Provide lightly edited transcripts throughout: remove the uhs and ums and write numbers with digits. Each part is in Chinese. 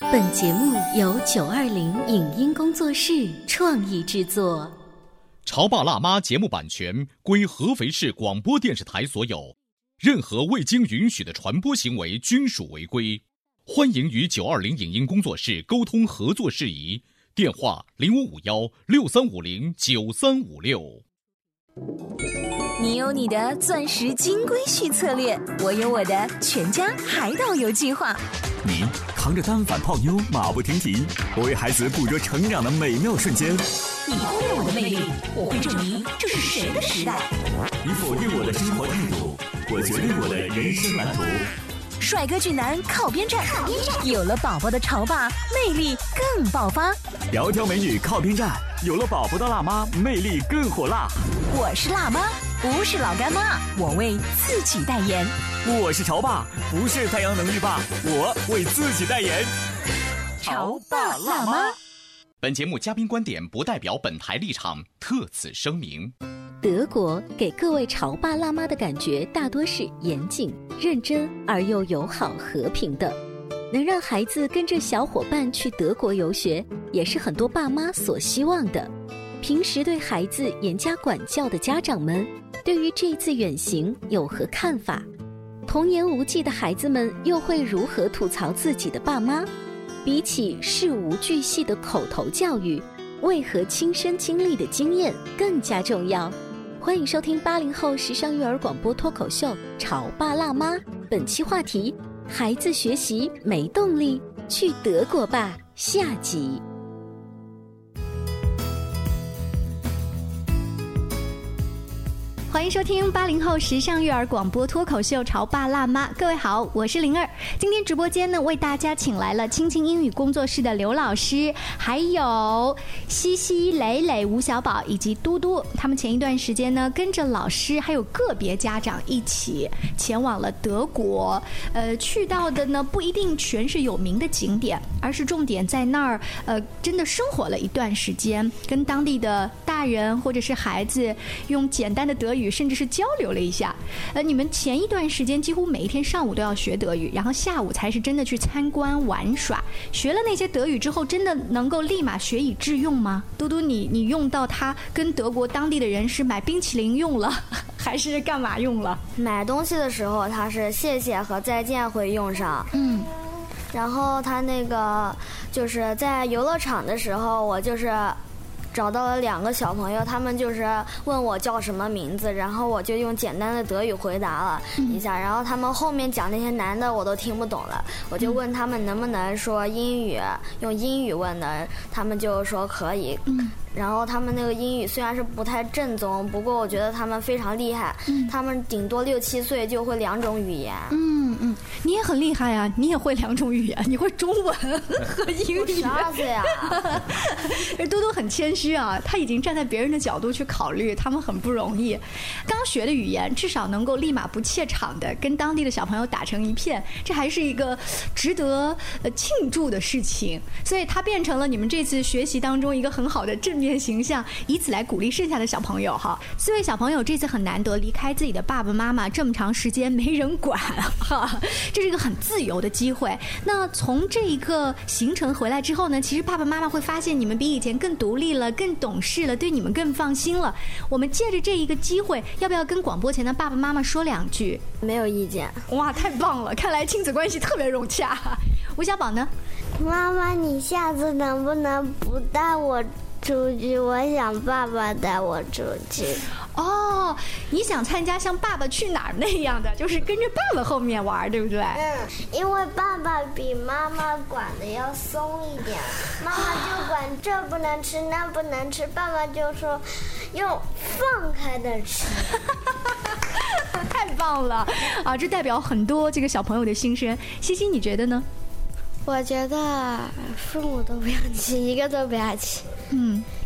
本节目由920影音工作室创意制作。 潮爸辣妈节目版权归合肥市广播电视台所有，任何未经允许的传播行为均属违规。欢迎与920影音工作室沟通合作事宜，电话055163509356。 你有你的钻石金龟婿策略，我有我的全家海岛游计划。 你扛着单反泡妞马不停蹄，我为孩子捕捉成长的美妙瞬间。 你忽略我的魅力，我会证明这是谁的时代。 你否定我的生活态度，我决定我的人生蓝图。 帅哥俊男靠边站，有了宝宝的潮爸魅力更爆发。 窈窕美女靠边站，有了宝宝的辣妈魅力更火辣。 我是辣妈，不是老干妈，我为自己代言。 我是潮爸，不是太阳能浴霸，我为自己代言。 潮爸辣妈。 本节目嘉宾观点不代表本台立场，特此声明。 德国给各位潮爸辣妈的感觉大多是严谨、认真而又友好和平的。能让孩子跟着小伙伴去德国游学，也是很多爸妈所希望的。平时对孩子严加管教的家长们，对于这次远行有何看法？童言无忌的孩子们又会如何吐槽自己的爸妈？比起事无巨细的口头教育，为何亲身经历的经验更加重要？欢迎收听80后时尚育儿广播脱口秀《潮爸辣妈》，本期话题：孩子学习没动力，去德国吧。下集。 欢迎收听80后时尚育儿广播脱口秀《潮爸辣妈》，各位好，我是灵儿。今天直播间呢，为大家请来了青青英语工作室的刘老师，还有西西、蕾蕾、吴小宝以及嘟嘟。他们前一段时间呢，跟着老师还有个别家长一起前往了德国。去到的呢不一定全是有名的景点，而是重点在那儿真的生活了一段时间，跟当地的大人或者是孩子用简单的德语甚至是交流了一下。你们前一段时间几乎每一天上午都要学德语，然后下午才是真的去参观玩耍。学了那些德语之后，真的能够立马学以致用吗？嘟嘟，你用到它跟德国当地的人是买冰淇淋用了，还是干嘛用了？ 买东西的时候，它是谢谢和再见会用上。然后他那个就是在游乐场的时候，我就是找到了2个小朋友，他们就是问我叫什么名字，然后我就用简单的德语回答了一下，然后他们后面讲那些难的我都听不懂了，我就问他们能不能说英语，用英语问的，他们就说可以。然后他们那个英语虽然是不太正宗，不过我觉得他们非常厉害，他们顶多6、7岁就会2种语言。 你也很厉害啊，你也会2种语言，你会中文和英语。 12岁啊！ 多多很谦虚啊，他已经站在别人的角度去考虑，他们很不容易。刚学的语言至少能够立马不怯场的跟当地的小朋友打成一片，这还是一个值得庆祝的事情。所以它变成了你们这次学习当中一个很好的正面形象，以此来鼓励剩下的小朋友哈。4位小朋友这次很难得离开自己的爸爸妈妈这么长时间没人管哈，这是一个很自由的机会。那从这一个行程回来之后呢，其实爸爸妈妈会发现你们比以前更独立了，更懂事了，对你们更放心了。我们借着这一个机会，要不要跟广播前的爸爸妈妈说2句？ 没有意见。 哇，太棒了，看来亲子关系特别融洽。吴小宝呢？ 妈妈，你下次能不能不带我出去？我想爸爸带我出去。 哦，你想参加像《爸爸去哪儿》那样的，就是跟着爸爸后面玩，对不对？ 因为爸爸比妈妈管的要松一点，妈妈就管这不能吃那不能吃，爸爸就说用放开的吃。 太棒了啊！这代表很多这个小朋友的心声。西西，你觉得呢？ 我觉得父母都不要去，一个都不要去。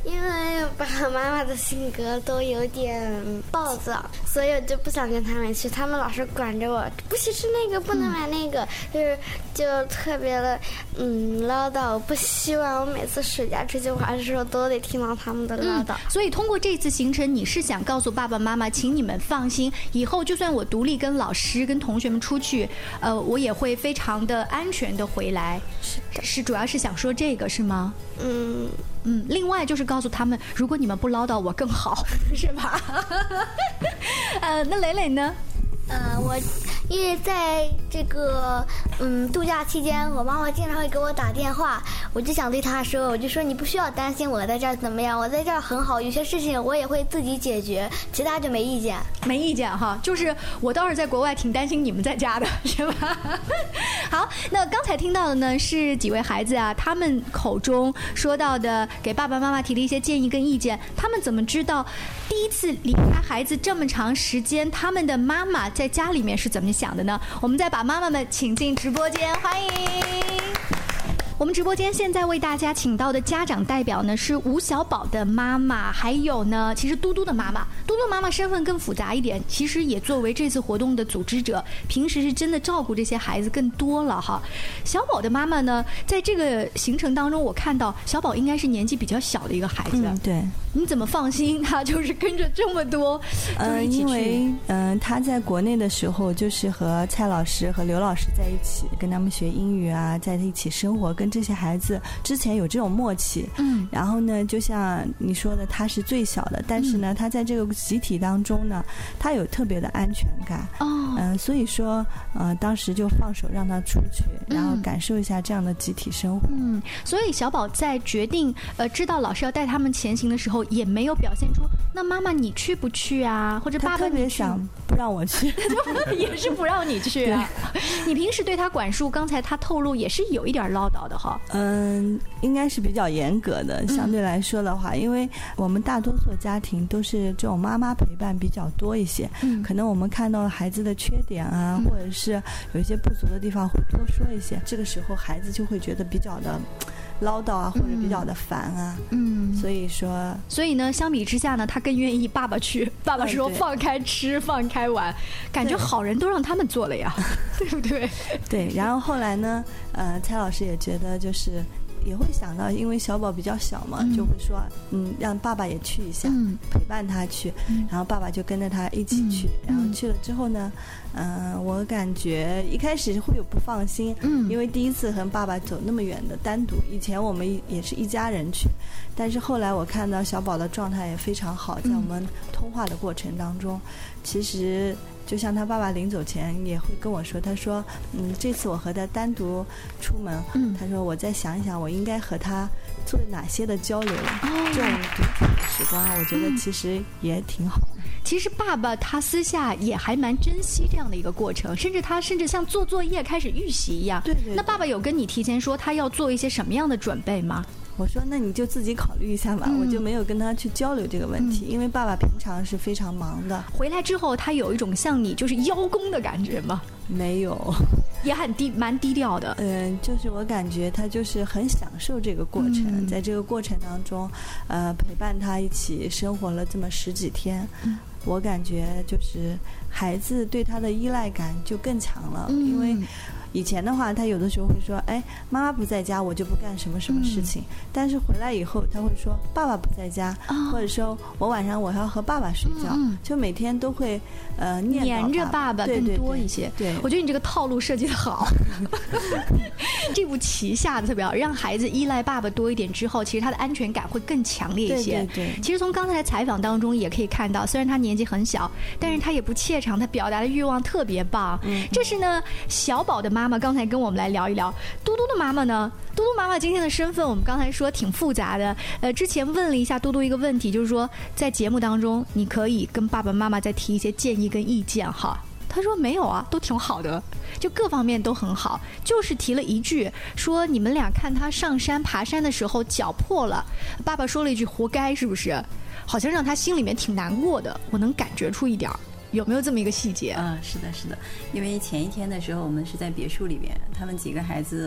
因为爸爸妈妈的性格都有点暴躁，所以我就不想跟他们去。他们老是管着我，不许吃那个，不能买那个，就特别的唠叨。我不希望我每次暑假出去玩的时候都得听到他们的唠叨。 所以通过这次行程，你是想告诉爸爸妈妈，请你们放心，以后就算我独立跟老师跟同学们出去，我也会非常的安全的回来。是主要是想说这个是吗？另外就是告诉他们，如果你们不唠叨我更好，是吧？那蕾蕾呢？ 我因为在这个度假期间，我妈妈经常会给我打电话，我就想对她说，我就说你不需要担心我在这儿怎么样，我在这儿很好，有些事情我也会自己解决，其他就没意见。 没意见哈，就是我倒是在国外挺担心你们在家的，是吧？好，那刚才听到的呢是几位孩子啊，他们口中说到的给爸爸妈妈提的一些建议跟意见，他们怎么知道第一次离开孩子这么长时间，他们的妈妈在家里面是怎么想的呢？我们再把妈妈们请进直播间，欢迎。我们直播间现在为大家请到的家长代表呢是吴小宝的妈妈，还有呢其实嘟嘟的妈妈。嘟嘟妈妈身份更复杂一点，其实也作为这次活动的组织者，平时是真的照顾这些孩子更多了哈。小宝的妈妈呢，在这个行程当中，我看到小宝应该是年纪比较小的一个孩子。 对。 你怎么放心他就是跟着这么多就是一起去？ 因为他在国内的时候就是和蔡老师和刘老师在一起，跟他们学英语啊，在一起生活，跟这些孩子之前有这种默契。然后呢，就像你说的，他是最小的，但是呢，他在这个集体当中呢，他有特别的安全感。所以说当时就放手让他出去，然后感受一下这样的集体生活。 所以小宝在决定知道老师要带他们前行的时候，也没有表现出那妈妈你去不去啊，或者爸爸特别想不让我去也是不让你去啊。你平时对他管束，刚才他透露也是有一点唠叨的哈。 应该是比较严格的，相对来说的话，因为我们大多数家庭都是这种妈妈陪伴比较多一些，可能我们看到孩子的缺点啊，或者是有一些不足的地方会多说一些，这个时候孩子就会觉得比较的唠叨啊，或者比较的烦啊。所以呢，相比之下呢，他更愿意爸爸去。爸爸说放开吃，放开玩，感觉好人都让他们做了呀，对不对？ 对。然后后来呢，蔡老师也觉得就是也会想到，因为小宝比较小嘛，就会说让爸爸也去一下，陪伴他去，然后爸爸就跟着他一起去。然后去了之后呢，我感觉一开始会有不放心，因为第一次和爸爸走那么远的单独，以前我们也是一家人去，但是后来我看到小宝的状态也非常好，在我们通话的过程当中，其实就像他爸爸临走前也会跟我说，他说这次我和他单独出门，他说我再想一想我应该和他做哪些的交流，这种独处的时光我觉得其实也挺好的。 其实爸爸他私下也还蛮珍惜这样的一个过程，甚至像做作业开始预习一样。 对。 那爸爸有跟你提前说他要做一些什么样的准备吗？ 我说那你就自己考虑一下吧，我就没有跟他去交流这个问题，因为爸爸平常是非常忙的。 回来之后他有一种像你就是邀功的感觉吗？ 没有， 也蛮低调的。 就是我感觉他就是很享受这个过程，在这个过程当中陪伴他一起生活了这么10几天，我感觉就是孩子对他的依赖感就更强了，因为以前的话他有的时候会说妈妈不在家我就不干什么什么事情，但是回来以后他会说爸爸不在家，或者说我晚上我要和爸爸睡觉，就每天都会黏着爸爸更多一些。 对， 我觉得你这个套路设计的好这步棋下的特别好，让孩子依赖爸爸多一点之后，其实他的安全感会更强烈一些。 对。 其实从刚才采访当中也可以看到，虽然他年纪很小，但是他也不怯场，他表达的欲望特别棒。这是呢小宝的妈妈刚才跟我们来聊一聊。嘟嘟的妈妈呢，嘟嘟妈妈今天的身份我们刚才说挺复杂的。之前问了一下嘟嘟一个问题，就是说在节目当中你可以跟爸爸妈妈再提一些建议跟意见哈。他说没有啊，都挺好的，就各方面都很好，就是提了一句说你们俩看他上山爬山的时候脚破了，爸爸说了一句活该，是不是？好像让他心里面挺难过的，我能感觉出一点。有没有这么一个细节？ 是的，因为前一天的时候我们是在别墅里面，他们几个孩子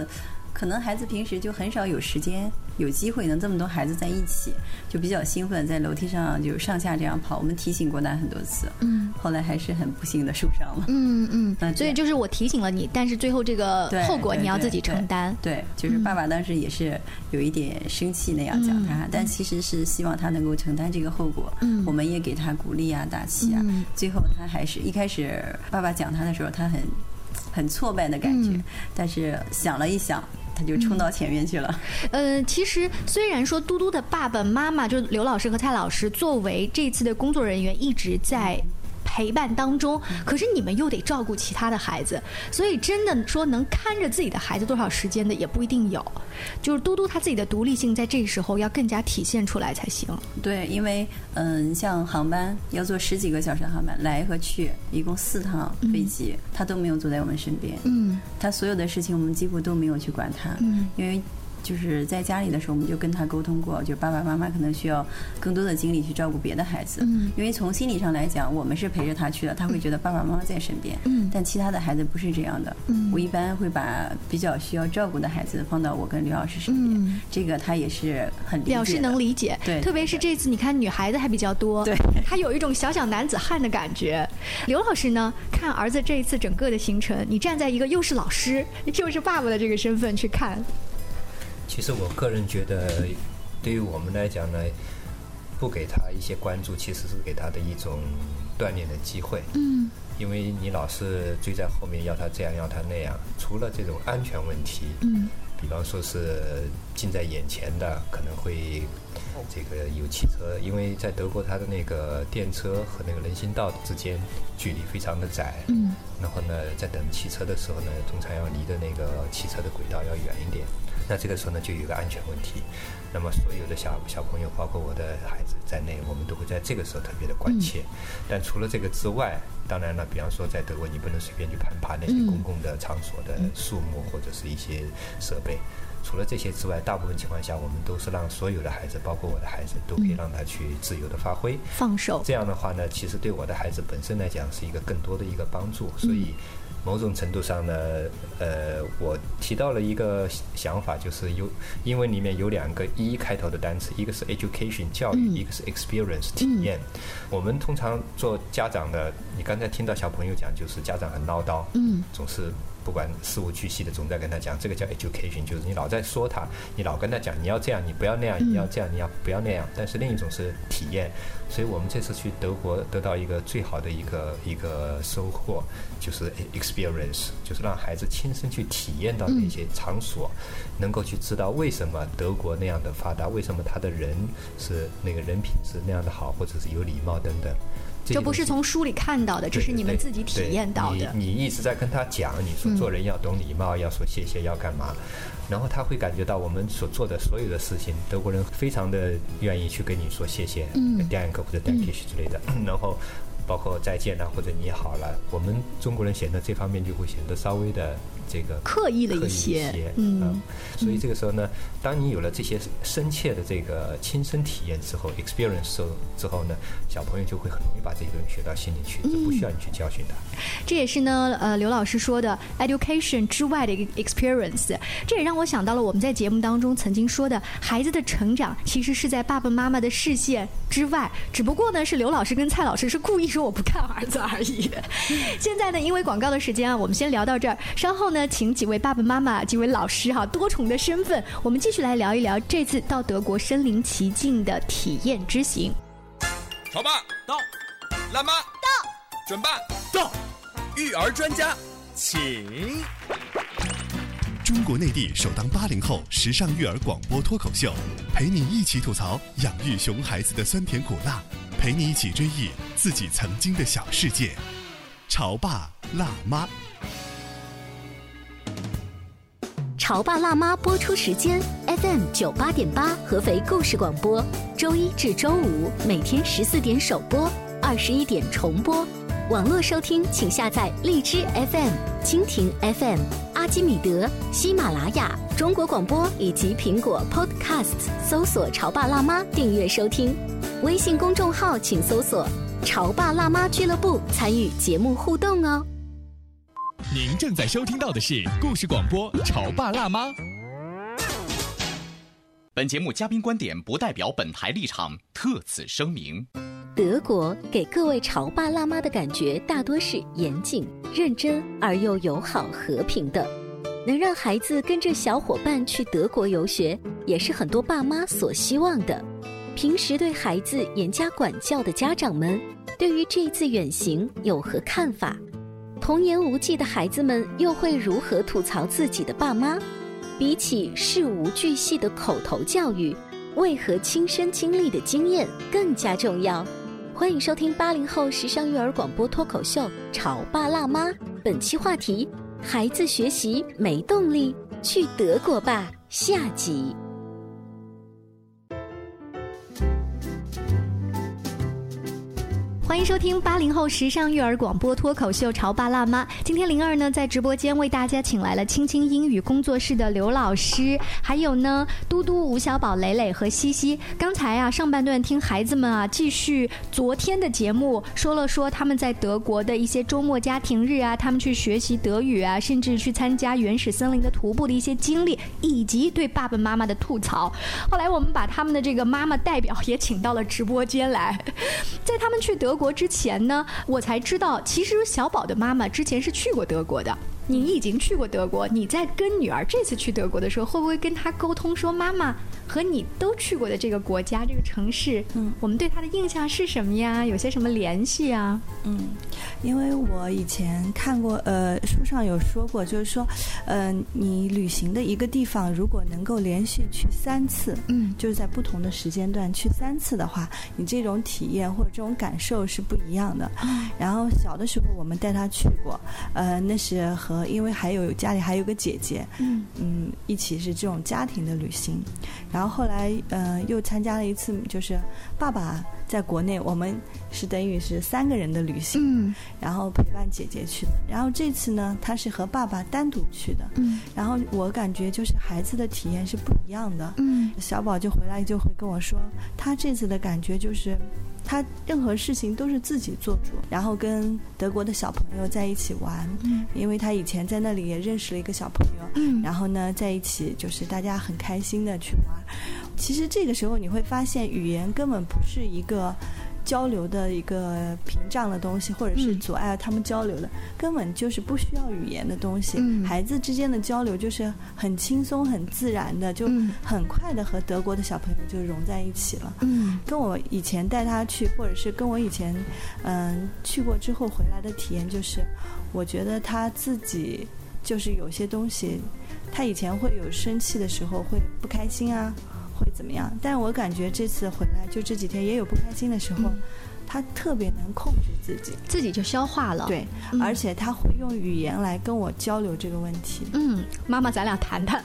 可能孩子平时就很少有时间有机会能这么多孩子在一起，就比较兴奋，在楼梯上就上下这样跑。我们提醒过他很多次，后来还是很不幸的受伤了。 所以就是我提醒了你，但是最后这个后果你要自己承担。 对，就是爸爸当时也是有一点生气那样讲他，但其实是希望他能够承担这个后果。我们也给他鼓励啊、打气啊。最后他还是一开始爸爸讲他的时候，他很挫败的感觉，但是想了一想，他就冲到前面去了。 其实虽然说嘟嘟的爸爸妈妈，就刘老师和蔡老师，作为这次的工作人员一直在陪伴当中，可是你们又得照顾其他的孩子，所以真的说能看着自己的孩子多少时间的也不一定有，就是嘟嘟他自己的独立性在这时候要更加体现出来才行。 对，因为像航班要坐10几个小时的航班来和去，一共4趟飞机，他都没有坐在我们身边。他所有的事情我们几乎都没有去管他，因为就是在家里的时候，我们就跟他沟通过，就爸爸妈妈可能需要更多的精力去照顾别的孩子，因为从心理上来讲，我们是陪着他去的，他会觉得爸爸妈妈在身边，但其他的孩子不是这样的。我一般会把比较需要照顾的孩子放到我跟刘老师身边，这个他也是很理解的， 表示能理解。 对， 特别是这次你看女孩子还比较多， 对， 他有一种小小男子汉的感觉。刘老师呢，看儿子这一次整个的行程，你站在一个又是老师又是爸爸的这个身份去看。 其实我个人觉得，对于我们来讲呢，不给他一些关注，其实是给他的一种锻炼的机会。因为你老是追在后面，要他这样要他那样，除了这种安全问题，比方说是近在眼前的，可能会这个有汽车，因为在德国它的那个电车和那个人行道之间距离非常的窄，然后呢，在等汽车的时候呢，通常要离的那个汽车的轨道要远一点。那这个时候呢，就有一个安全问题。那么所有的小朋友，包括我的孩子在内，我们都会在这个时候特别的关切。但除了这个之外，当然了，比方说在德国，你不能随便去攀爬那些公共的场所的树木或者是一些设备。除了这些之外，大部分情况下，我们都是让所有的孩子，包括我的孩子，都可以让他去自由的发挥、 放手。这样的话呢，其实对我的孩子本身来讲是一个更多的一个帮助。所以某种程度上呢，我提到了一个想法，就是因为里面有2个E开头的单词，一个是 education 教育，一个是 experience 体验。我们通常做家长的，你刚才听到小朋友讲，就是家长很唠叨，总是不管事无巨细的总在跟他讲，这个叫 education， 就是你老在说他，你老跟他讲你要这样，你不要那样，你要这样，你要不要那样。但是另一种是体验，所以我们这次去德国得到一个最好的一个收获，就是 experience， 就是让孩子亲身去体验到那些场所，能够去知道为什么德国那样的发达，为什么他的人是那个人品是那样的好，或者是有礼貌等等。 这不是从书里看到的，这是你们自己体验到的。 你一直在跟他讲，你说做人要懂礼貌，要说谢谢，要干嘛，然后他会感觉到我们所做的所有的事情，德国人非常的愿意去跟你说谢谢，danke或者 danke 之类的，然后包括再见了或者你好了，我们中国人显得这方面就会显得稍微的这个刻意了一些， 所以这个时候呢，当你有了这些深切的这个亲身体验之后 experience 之后呢，小朋友就会很容易把这些东西学到心里去，就不需要你去教训他。 这也是呢，刘老师说的 education 之外的一个 experience， 这也让我想到了我们在节目当中曾经说的，孩子的成长其实是在爸爸妈妈的视线之外，只不过呢是刘老师跟蔡老师是故意说我不看儿子而已。现在呢，因为广告的时间啊，我们先聊到这儿，稍后呢，请几位爸爸妈妈、几位老师多重的身份，我们继续来聊一聊这次到德国身临其境的体验之行。 潮爸到，辣妈到，准爸到，育儿专家请。 中国内地首档80后时尚育儿广播脱口秀，陪你一起吐槽养育熊孩子的酸甜苦辣，陪你一起追忆自己曾经的小世界。潮爸辣妈。 潮爸辣妈播出时间 FM 98.8合肥故事广播，周一至周五每天14点首播，21点重播。网络收听请下载荔枝 FM、蜻蜓 FM、阿基米德、喜马拉雅、中国广播以及苹果 Podcasts， 搜索潮爸辣妈订阅收听。微信公众号请搜索潮爸辣妈俱乐部，参与节目互动哦。 您正在收听到的是故事广播《潮爸辣妈》， 本节目嘉宾观点不代表本台立场，特此声明。 德国给各位潮爸辣妈的感觉大多是严谨、认真而又友好和平的。能让孩子跟着小伙伴去德国游学，也是很多爸妈所希望的。平时对孩子严加管教的家长们，对于这次远行有何看法？童言无忌的孩子们又会如何吐槽自己的爸妈？比起事无巨细的口头教育，为何亲身经历的经验更加重要？欢迎收听80后时尚育儿广播脱口秀《潮爸辣妈》，本期话题：孩子学习没动力，去德国吧。下集。 欢迎收听80后时尚育儿广播脱口秀《潮爸辣妈》。今天灵儿呢在直播间为大家请来了青青英语工作室的刘老师，还有呢嘟嘟、吴小宝、蕾蕾和西西。刚才啊上半段听孩子们啊继续昨天的节目，说了说他们在德国的一些周末家庭日啊，他们去学习德语啊，甚至去参加原始森林的徒步的一些经历，以及对爸爸妈妈的吐槽。后来我们把他们的这个妈妈代表也请到了直播间来。在他们去德国之前呢，我才知道其实小宝的妈妈之前是去过德国的。你已经去过德国，你在跟女儿这次去德国的时候，会不会跟她沟通说，妈妈和你都去过的这个国家这个城市，我们对她的印象是什么呀？有些什么联系啊？ 因为我以前看过书上有说过，就是说你旅行的一个地方如果能够连续去3次，就是在不同的时间段去3次的话，你这种体验或者这种感受是不一样的。然后小的时候我们带她去过，那是和因为家里还有个姐姐，一起是这种家庭的旅行。然后后来又参加了一次，就是爸爸在国内，我们是等于是3个人的旅行，然后陪伴姐姐去的。然后这次呢，他是和爸爸单独去的，然后我感觉就是孩子的体验是不一样的。小宝就回来就会跟我说，他这次的感觉就是他任何事情都是自己做主，然后跟德国的小朋友在一起玩，因为他以前在那里也认识了一个小朋友，然后呢在一起就是大家很开心的去玩。其实这个时候你会发现，语言根本不是一个交流的一个屏障的东西，或者是阻碍他们交流的，根本就是不需要语言的东西。孩子之间的交流就是很轻松很自然的，就很快的和德国的小朋友就融在一起了。跟我以前带他去，或者是跟我以前去过之后回来的体验，就是我觉得他自己就是有些东西，他以前会有生气的时候，会不开心啊，会怎么样，但我感觉这次回来就这几天也有不开心的时候，他特别能控制自己就消化了。 对，而且他会用语言来跟我交流这个问题。 妈妈咱俩谈谈。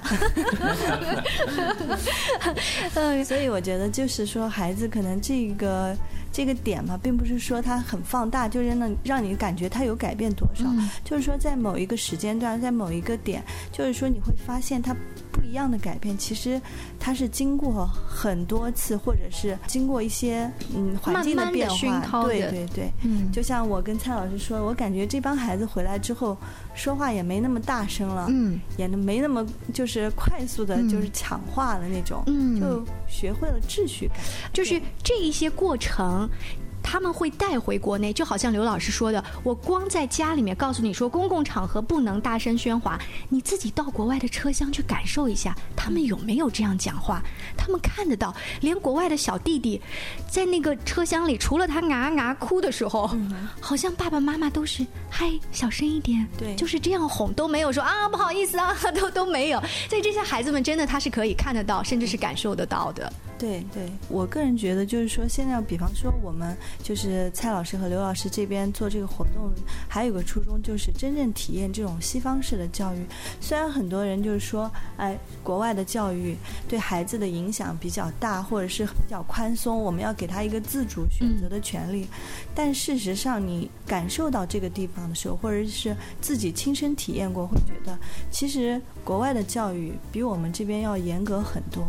所以我觉得就是说，孩子可能这个点嘛，并不是说他很放大，就是让你感觉他有改变多少，就是说在某一个时间段，在某一个点，就是说你会发现他不一样的改变，其实他是经过很多次，或者是经过一些环境的变化， 慢慢的熏陶的。 对，就像我跟蔡老师说，我感觉这帮孩子回来之后说话也没那么大声了，也没那么就是快速的就是抢话的那种，就学会了秩序感。 就是这一些过程他们会带回国内，就好像刘老师说的，我光在家里面告诉你说公共场合不能大声喧哗，你自己到国外的车厢去感受一下，他们有没有这样讲话，他们看得到。连国外的小弟弟在那个车厢里，除了他啊哭的时候，好像爸爸妈妈都是嗨小声一点，对，就是这样哄，都没有说啊不好意思啊，都没有。所以这些孩子们真的他是可以看得到，甚至是感受得到的。 对，我个人觉得就是说，现在比方说我们就是蔡老师和刘老师这边做这个活动，还有个初衷就是真正体验这种西方式的教育。虽然很多人就是说，国外的教育对孩子的影响比较大，或者是比较宽松，我们要给他一个自主选择的权利，但事实上你感受到这个地方的时候，或者是自己亲身体验过，会觉得其实国外的教育比我们这边要严格很多。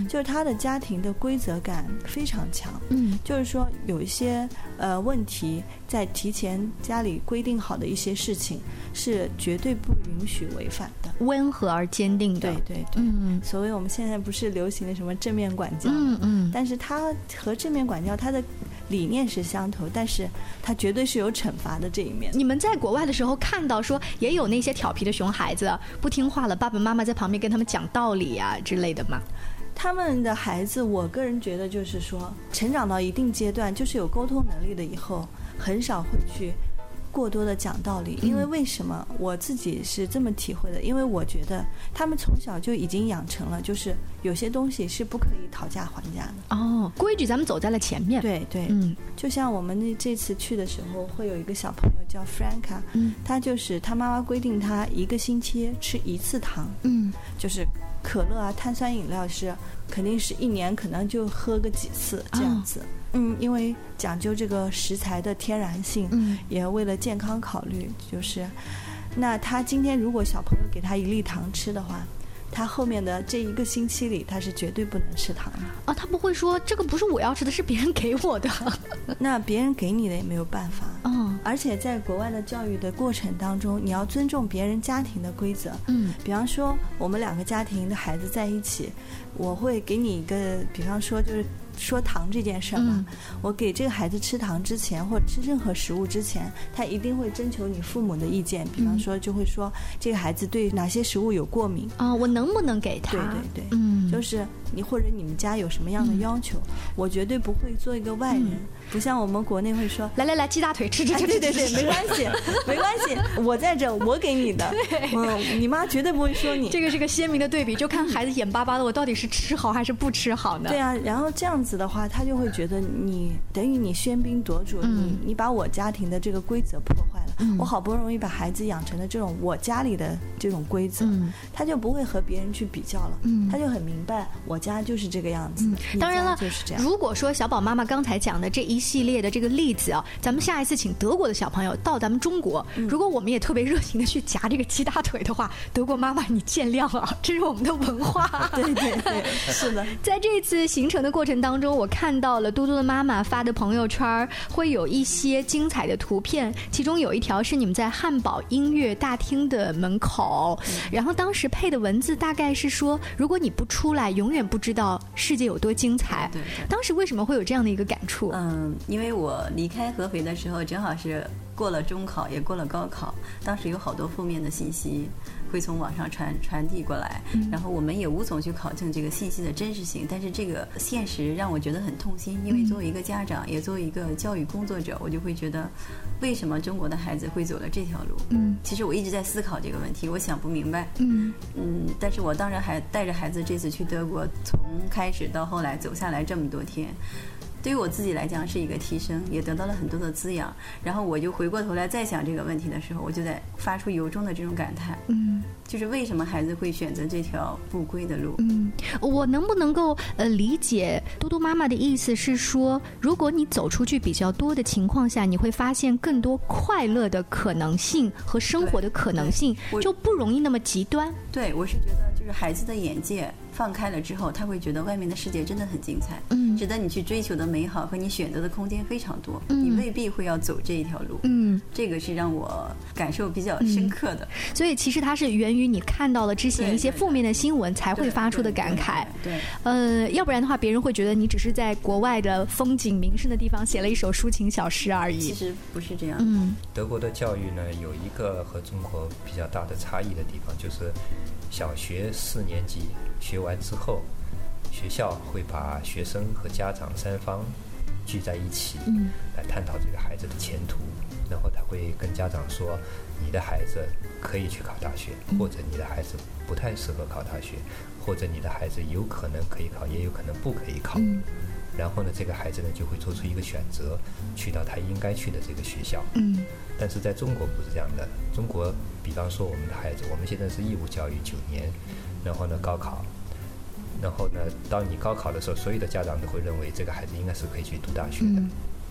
就是他的家庭的规则感非常强，就是说有一些问题在提前家里规定好的一些事情是绝对不允许违反的， 温和而坚定的。 对对对，所谓我们现在不是流行的什么正面管教，但是他和正面管教他的理念是相投，但是他绝对是有惩罚的这一面。 你们在国外的时候看到说也有那些调皮的熊孩子不听话了，爸爸妈妈在旁边跟他们讲道理啊之类的吗？ 他们的孩子我个人觉得就是说成长到一定阶段，就是有沟通能力的以后很少会去过多的讲道理。因为为什么我自己是这么体会的，因为我觉得他们从小就已经养成了就是有些东西是不可以讨价还价的。 哦，规矩咱们走在了前面。 对对，就像我们这次去的时候会有一个小朋友叫 Franca，他就是他妈妈规定他1个星期吃1次糖，就是可乐啊碳酸饮料是肯定是1年可能就喝个几次这样子。因为讲究这个食材的天然性，也为了健康考虑，就是那他今天如果小朋友给他1粒糖吃的话，他后面的这1个星期里他是绝对不能吃糖的啊。他不会说这个不是我要吃的，是别人给我的。 那别人给你的也没有办法。而且在国外的教育的过程当中，你要尊重别人家庭的规则。比方说我们2个家庭的孩子在一起，我会给你一个比方说就是说糖这件事儿嘛，我给这个孩子吃糖之前或者吃任何食物之前，他一定会征求你父母的意见。比方说就会说这个孩子对哪些食物有过敏我能不能给他？ 对对对，就是你或者你们家有什么样的要求，我绝对不会做一个外人，不像我们国内会说来鸡大腿吃， 对对对，没关系没关系，我在这我给你的，你妈绝对不会说你。 这个是个鲜明的对比，就看孩子眼巴巴的我到底是吃好还是不吃好呢？ 对啊，然后这样子的话他就会觉得你等于你喧宾夺主，你把我家庭的这个规则破坏了，我好不容易把孩子养成了这种我家里的这种规则，他就不会和别人去比较了，他就很明白我家就是这个样子。 当然了， 就是这样。 如果说小宝妈妈刚才讲的这一系列的这个例子咱们下一次请德国的小朋友到咱们中国，如果我们也特别热情的去夹这个鸡大腿的话，德国妈妈你见谅这是我们的文化。 对对对，是的。 在这次行程的过程当中，我看到了嘟嘟的妈妈发的朋友圈会有一些精彩的图片，其中有一条是你们在汉堡音乐大厅的门口，然后当时配的文字大概是说如果你不出来永远不知道世界有多精彩。 对， 当时为什么会有这样的一个感触？ 因为我离开合肥的时候正好是过了中考也过了高考，当时有好多负面的信息会从网上传递过来，然后我们也无从去考证这个信息的真实性，但是这个现实让我觉得很痛心。因为作为一个家长也作为一个教育工作者，我就会觉得为什么中国的孩子会走了这条路。其实我一直在思考这个问题，我想不明白。但是我当然还带着孩子这次去德国，从开始到后来走下来这么多天，对于我自己来讲是一个提升，也得到了很多的滋养。然后我就回过头来再想这个问题的时候，我就在发出由衷的这种感叹，就是为什么孩子会选择这条不归的路。 我能不能够理解嘟嘟妈妈的意思是说，如果你走出去比较多的情况下，你会发现更多快乐的可能性和生活的可能性，就不容易那么极端。 对，我是觉得就是孩子的眼界放开了之后，他会觉得外面的世界真的很精彩，值得你去追求的美好和你选择的空间非常多，你未必会要走这一条路。这个是让我感受比较深刻的。 所以其实它是源于你看到了之前一些负面的新闻才会发出的感慨。 对， 要不然的话别人会觉得你只是在国外的风景名胜的地方写了一首抒情小诗而已。 其实不是这样。 德国的教育呢有一个和中国比较大的差异的地方，就是小学4年级学完之后，学校会把学生和家长3方聚在一起，来探讨这个孩子的前途。然后他会跟家长说，你的孩子可以去考大学，或者你的孩子不太适合考大学，或者你的孩子有可能可以考，也有可能不可以考。然后呢，这个孩子呢就会做出一个选择，去到他应该去的这个学校。但是在中国不是这样的。中国比方说我们的孩子，我们现在是义务教育9年，然后呢高考，然后呢当你高考的时候，所有的家长都会认为这个孩子应该是可以去读大学的。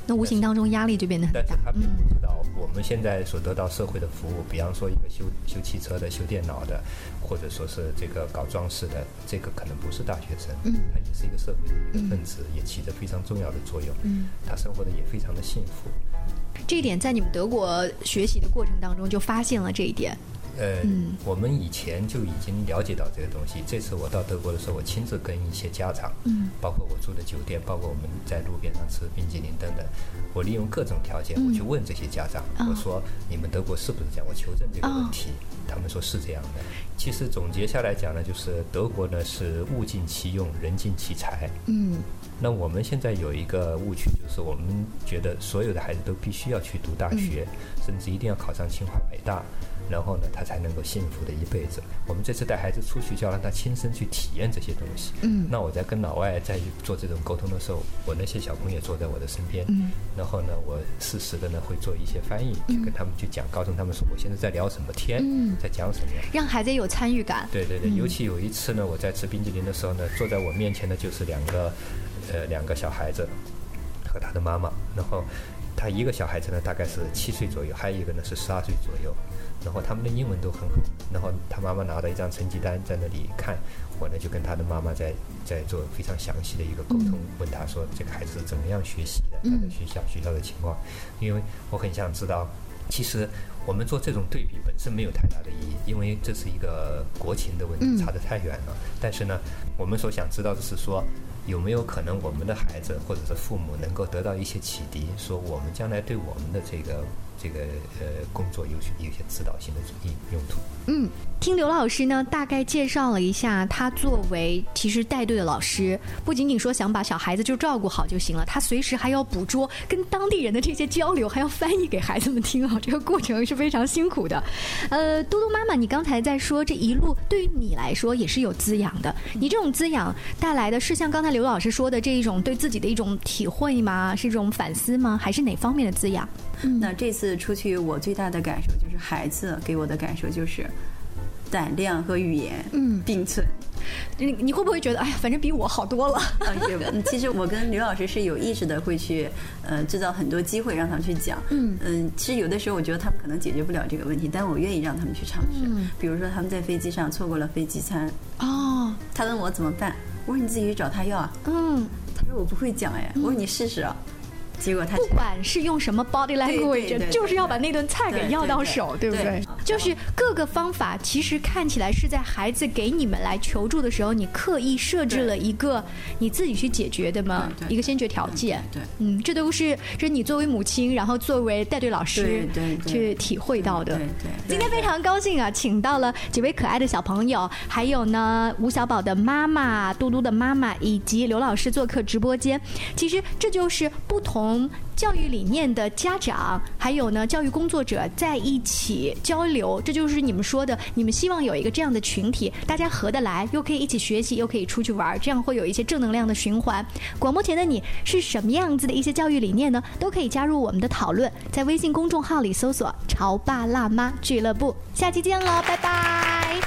那无形当中压力就变得很大。 但是他并不知道我们现在所得到社会的服务，比方说一个修汽车的、修电脑的，或者说是这个搞装饰的，这个可能不是大学生，他也是一个社会的一个分子，也起着非常重要的作用。他生活的也非常的幸福。 这一点在你们德国学习的过程当中就发现了这一点。 我们以前就已经了解到这个东西。这次我到德国的时候，我亲自跟一些家长，包括我住的酒店，包括我们在路边上吃冰淇淋等等，我利用各种条件，我去问这些家长，我说你们德国是不是这样？我求证这个问题，他们说是这样的。其实总结下来讲呢，就是德国呢是物尽其用，人尽其才。那我们现在有一个误区，就是我们觉得所有的孩子都必须要去读大学，甚至一定要考上清华北大，然后呢他才能够幸福的一辈子。我们这次带孩子出去，就要让他亲身去体验这些东西。那我在跟老外在做这种沟通的时候，我那些小朋友坐在我的身边，然后呢我适时的呢会做一些翻译，就跟他们去讲，告诉他们说我现在在聊什么天，在讲什么， 让孩子有参与感。 对对对，尤其有一次呢，我在吃冰淇淋的时候呢，坐在我面前的就是两个小孩子和他的妈妈，然后他一个小孩子呢大概是7岁左右，还有一个呢是12岁左右，然后他们的英文都很好，然后他妈妈拿着一张成绩单在那里看，我呢就跟他的妈妈在做非常详细的一个沟通，问他说这个孩子是怎么样学习的，他的学校的情况，因为我很想知道，其实我们做这种对比本身没有太大的意义，因为这是一个国情的问题，差得太远了。但是呢，我们所想知道的是说，有没有可能我们的孩子或者是父母能够得到一些启迪，说我们将来对我们的这个工作有一些指导性的用途。 听刘老师呢大概介绍了一下，他作为其实带队的老师，不仅仅说想把小孩子就照顾好就行了，他随时还要捕捉跟当地人的这些交流，还要翻译给孩子们听这个过程是非常辛苦的。嘟嘟妈妈，你刚才在说这一路对于你来说也是有滋养的，你这种滋养带来的是像刚才刘老师说的这一种对自己的一种体会吗？是一种反思吗？还是哪方面的滋养？ 那这次出去我最大的感受就是孩子给我的感受就是胆量和语言并存。 你会不会觉得哎呀反正比我好多了？ 其实我跟刘老师是有意识的会去制造很多机会让他们去讲。其实有的时候我觉得他们可能解决不了这个问题，但我愿意让他们去尝试。比如说他们在飞机上错过了飞机餐，他问我怎么办，我说你自己去找他要啊。他说我不会讲我说你试试啊。结果他不管是用什么 body language， 就是要把那顿菜给要到手，对不对？就是各个方法其实看起来是在孩子给你们来求助的时候，你刻意设置了一个你自己去解决的嘛一个先决条件。这都是你作为母亲，然后作为带队老师去体会到的。今天非常高兴啊，请到了几位可爱的小朋友，还有呢吴小宝的妈妈、嘟嘟的妈妈以及刘老师做客直播间。其实这就是不同教育理念的家长，还有呢教育工作者在一起交流，这就是你们说的，你们希望有一个这样的群体，大家合得来，又可以一起学习，又可以出去玩，这样会有一些正能量的循环。广播前的你是什么样子的一些教育理念呢？都可以加入我们的讨论，在微信公众号里搜索潮爸辣妈俱乐部。下期见喽，拜拜。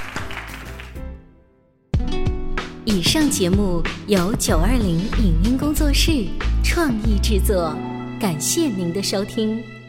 以上节目由920影音工作室创意制作，感谢您的收听。